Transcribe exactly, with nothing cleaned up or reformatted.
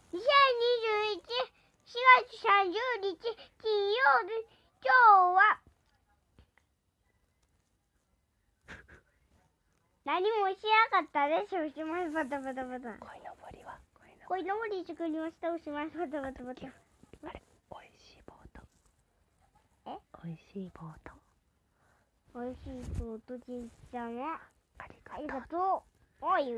にせんにじゅういちねんしがつさんじゅうにち金曜日、今日は何もしなかったです。おしまい。バタバタバタ。 鯉のぼりは鯉のぼり作りました。おしまい。バタバタバタ。 あれ、おいしいボート。 えおいしいボート。 おいしいボートちんちゃんはありがとう。 ありがとう。おい